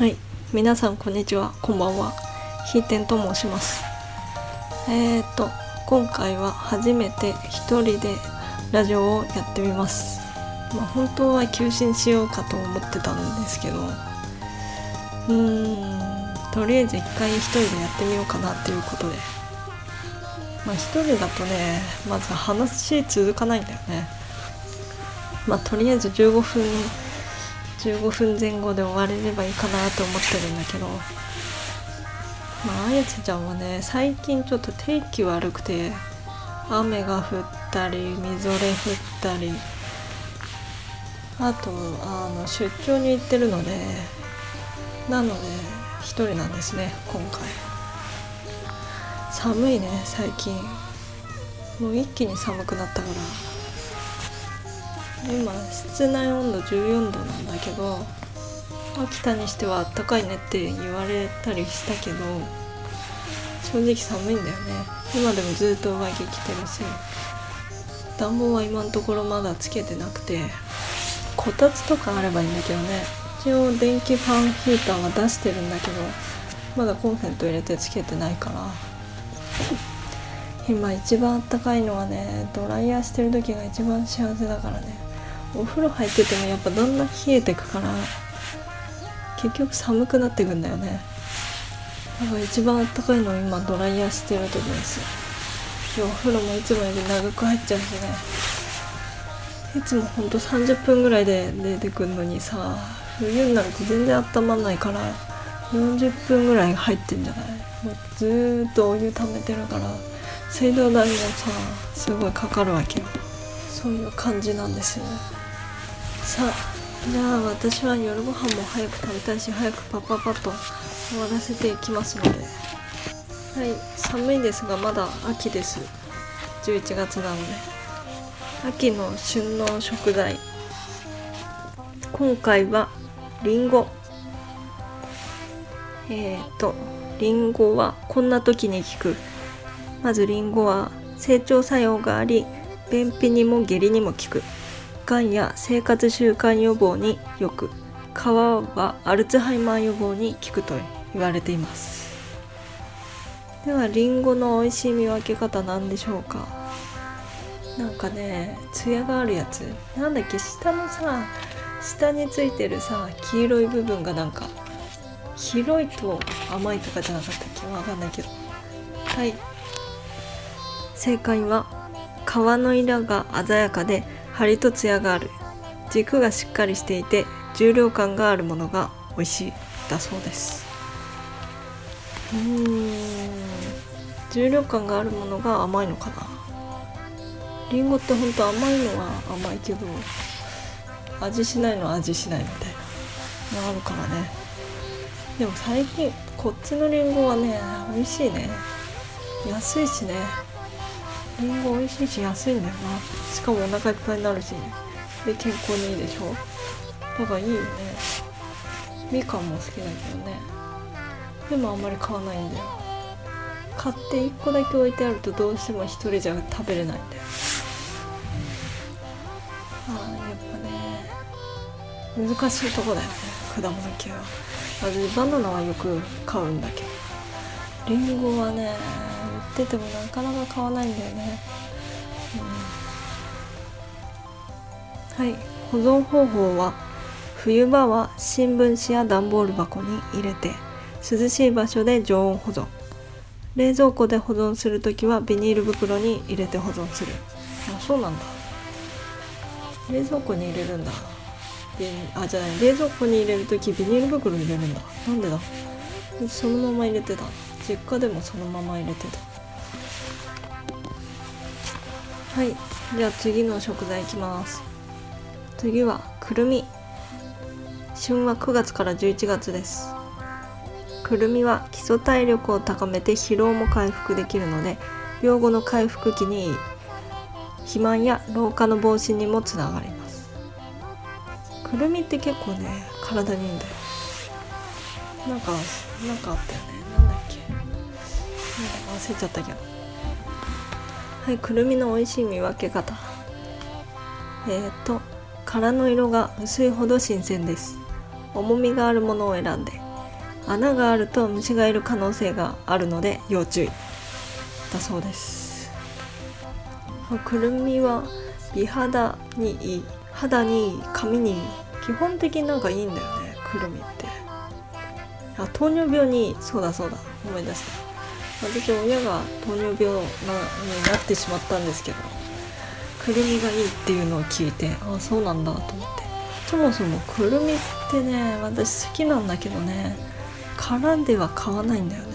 はい、皆さんこんにちは、こんばんは。ひーてんと申します。今回は初めて一人でラジオをやってみます。本当は休止しようかと思ってたんですけど、とりあえず一回一人でやってみようかなっていうことで、一人だとね、まず話続かないんだよね。とりあえず15分前後で終われればいいかなと思ってるんだけど、あやつちゃんはね、最近ちょっと天気悪くて、雨が降ったりみぞれ降ったり、あと出張に行ってるので、なので一人なんですね。今回寒いね。最近もう一気に寒くなったから、今室内温度14度なんだけど、秋田にしては暖かいねって言われたりしたけど、正直寒いんだよね。今でもずっと上着着てるし、暖房は今のところまだつけてなくて、こたつとかあればいいんだけどね。一応電気ファンヒーターは出してるんだけど、まだコンセント入れてつけてないから今一番暖かいのはね、ドライヤーしてる時が一番幸せだからね。お風呂入っててもやっぱだんだん冷えてくから、結局寒くなってくんだよね。だから一番暖かいのを今ドライヤーしてる時です。お風呂もいつもより長く入っちゃうしね。いつもほんと30分ぐらいで出てくるのにさ、冬になると全然温まんないから40分ぐらい入ってんじゃない。もうずーっとお湯溜めてるから、水道代もさすごいかかるわけよ。そういう感じなんですよね。さあ、じゃあ私は夜ご飯も早く食べたいし、早くパッと終わらせていきますので。はい、寒いですがまだ秋です。11月なので秋の旬の食材、今回はリンゴ。リンゴはこんな時に効く。まずリンゴは整腸作用があり、便秘にも下痢にも効く。がんや生活習慣予防によく、皮はアルツハイマー予防に効くと言われています。ではリンゴの美味しい見分け方なんでしょうか。なんかね、ツヤがあるやつ、なんだっけ、下についてる黄色い部分がなんか広いと甘いとかじゃなかったっけ、わかんないけど。はい、正解は皮の色が鮮やかで張りとツヤがある、軸がしっかりしていて重量感があるものが美味しいだそうです。重量感があるものが甘いのかな。リンゴってほんと甘いのは甘いけど、味しないのは味しないみたいなのあるからね。でも最近こっちのリンゴはね、美味しいね。安いしね。リンゴ美味しいし安いんだよな。しかもお腹いっぱいになるし、で健康にいいでしょ。だからいいよね。みかんも好きだけどね。でもあんまり買わないんだよ。買って1個だけ置いてあるとどうしても1人じゃ食べれないんだよ。やっぱね、難しいとこだよね、果物系は。私バナナはよく買うんだけど、リンゴはね、売っててもなかなか買わないんだよね。はい、保存方法は、冬場は新聞紙や段ボール箱に入れて涼しい場所で常温保存。冷蔵庫で保存するときはビニール袋に入れて保存する。そうなんだ。冷蔵庫に入れるんだ。じゃない、冷蔵庫に入れるときビニール袋に入れるんだ。なんでだ。そのまま入れてた。実家でもそのまま入れてた。はい、じゃあ次の食材いきます。次はくるみ。旬は9月から11月です。くるみは基礎体力を高めて疲労も回復できるので、病後の回復期にいい。肥満や老化の防止にもつながります。くるみって結構ね、体にいいんだよ。なんかあったよね。なんだっけ、忘れちゃったけど。はい、くるみの美味しい見分け方。殻の色が薄いほど新鮮です。重みがあるものを選んで、 穴があると虫がいる可能性があるので要注意だそうです。くるみは美肌にいい、肌にいい、髪にいい、基本的になんかいいんだよね、くるみって。糖尿病にそうだ思い出した。私親が糖尿病になってしまったんですけど、くるみがいいっていうのを聞いて、そうなんだと思って。そもそもくるみってね、私好きなんだけどね、殻では買わないんだよね。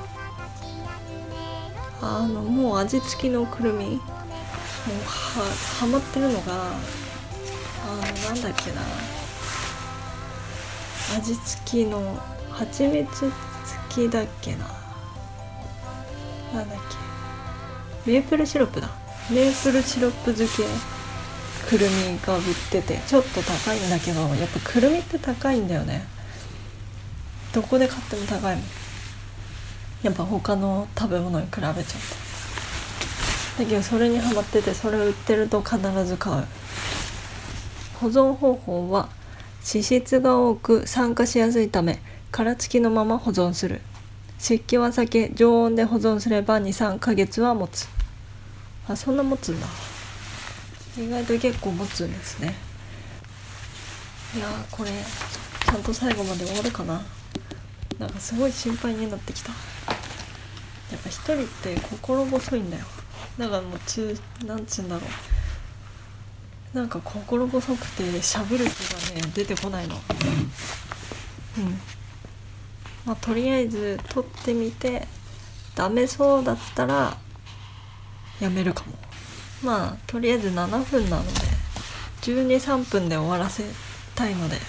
もう味付きのくるみ、もうはまってるのがなんだっけな、味付きの蜂蜜付きだっけな、なんだっけ、メープルシロップだ、メープルシロップ漬けくるみが売ってて、ちょっと高いんだけど、やっぱくるみって高いんだよね。どこで買っても高いもん、やっぱ他の食べ物に比べちゃって。だけどそれにハマってて、それを売ってると必ず買う。保存方法は脂質が多く酸化しやすいため殻付きのまま保存する。湿気は避け常温で保存すれば 2,3 ヶ月は持つ。そんな持つんだ。意外と結構持つんですね。いやー、これちゃんと最後まで終わるかな。なんかすごい心配になってきた。やっぱ一人って心細いんだよ。だからもうなんつうんだろう、なんか心細くて喋る気がね出てこないの。とりあえず撮ってみてダメそうだったらやめるかも。とりあえず7分なので12、3分で終わらせたいので、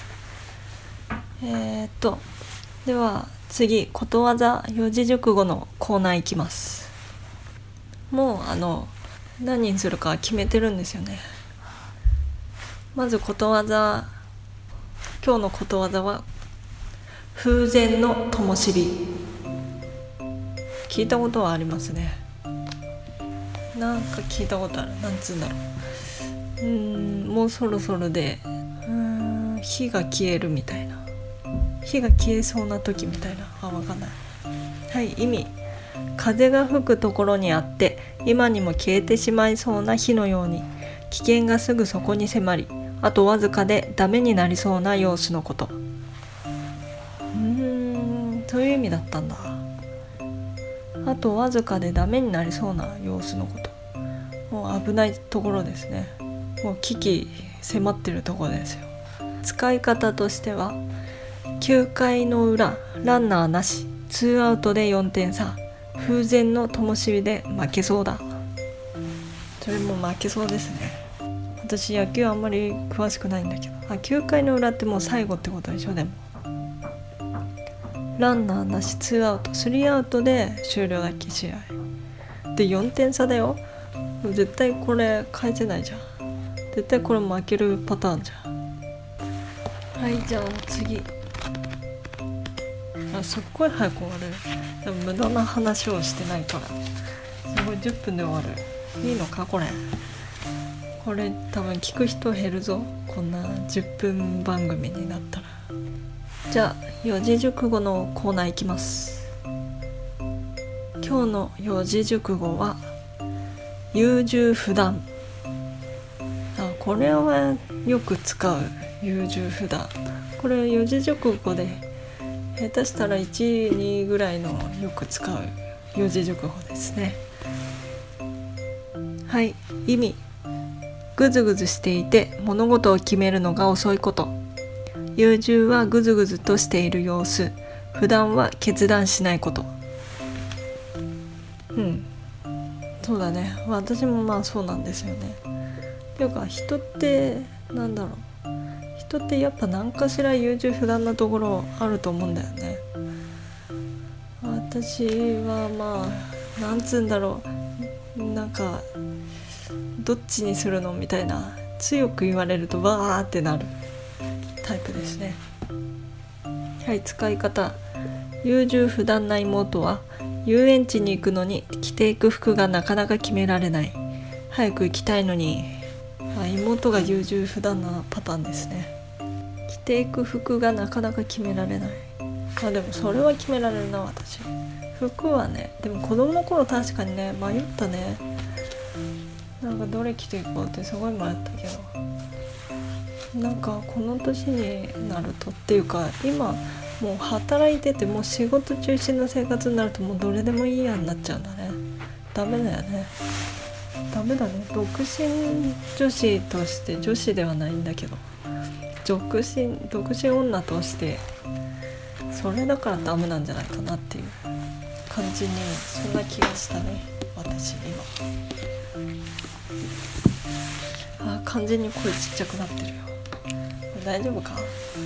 では次、ことわざ四字熟語のコーナーいきます。もう何にするか決めてるんですよね。まずことわざ、今日のことわざは風前の灯火。聞いたことはありますね。なんか聞いたことある。なんつうんだろう、もうそろそろで火が消えるみたいな、火が消えそうな時みたいな、わかんない。はい、意味、風が吹くところにあって今にも消えてしまいそうな火のように、危険がすぐそこに迫り、あとわずかでダメになりそうな様子のこと。そういう意味だったんだ。あとわずかでダメになりそうな様子のこと。もう危ないところですね。もう危機迫ってるところですよ。使い方としては、9回の裏ランナーなし、2アウトで4点差、風前の灯火で負けそうだ。それも負けそうですね。私野球あんまり詳しくないんだけど、9回の裏ってもう最後ってことでしょ。でもランナーなし2アウト3アウトで終了だっけ、試合で4点差だよ。絶対これ返せないじゃん。絶対これ負けるパターンじゃん。はい、じゃあ次、すっごい早く終わる。でも無駄な話をしてないからすごい10分で終わる。いいのかこれ多分聞く人減るぞ、こんな10分番組になったら。じゃあ四字熟語のコーナーいきます。今日の四字熟語は優柔不断。これはよく使う。優柔不断、これ四字熟語で下手したら1、2ぐらいのよく使う四字熟語ですね。はい、意味、ぐずぐずしていて物事を決めるのが遅いこと。優柔はぐずぐずとしている様子、普段は決断しないこと。そうだね。私もそうなんですよね。ていうか人って人ってやっぱ何かしら優柔不断なところあると思うんだよね。私はなんつうんだろう、なんかどっちにするのみたいな、強く言われるとわーってなるタイプですね。はい、使い方、優柔不断な妹は遊園地に行くのに着ていく服がなかなか決められない。早く行きたいのに。妹が優柔不断なパターンですね。着ていく服がなかなか決められない。 でもそれは決められるな。私服はね、でも子供の頃確かにね迷ったね。なんかどれ着ていこうってすごい迷ったけど、なんかこの年になるとっていうか、今もう働いててもう仕事中心の生活になるともうどれでもいいやになっちゃうんだね。ダメだよね。ダメだね。独身女子として、女子ではないんだけど、独身女としてそれだからダメなんじゃないかなっていう感じに、そんな気がしたね私今。完全に声ちっちゃくなってるよ。大丈夫か。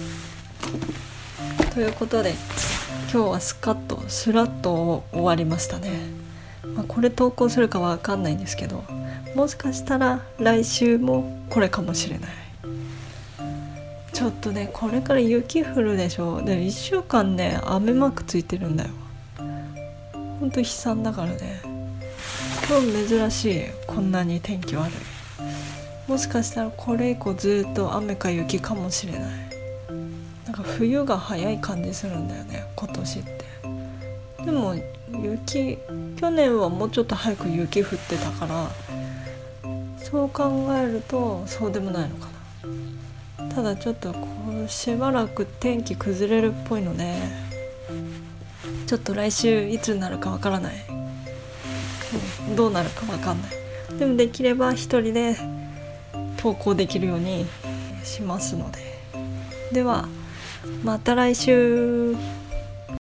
ということで今日はスラッと終わりましたね。これ投稿するかは分かんないんですけど、もしかしたら来週もこれかもしれない。ちょっとね、これから雪降るでしょ。で1週間ね雨マークついてるんだよ。ほんと悲惨だからね。今日珍しい、こんなに天気悪い。もしかしたらこれ以降ずっと雨か雪かもしれない。なんか冬が早い感じするんだよね今年って。でも去年はもうちょっと早く雪降ってたから、そう考えるとそうでもないのかな。ただちょっとしばらく天気崩れるっぽいので、ちょっと来週いつになるかわからない、どうなるかわかんない。でもできれば一人で投稿できるようにしますので。ではまた来週。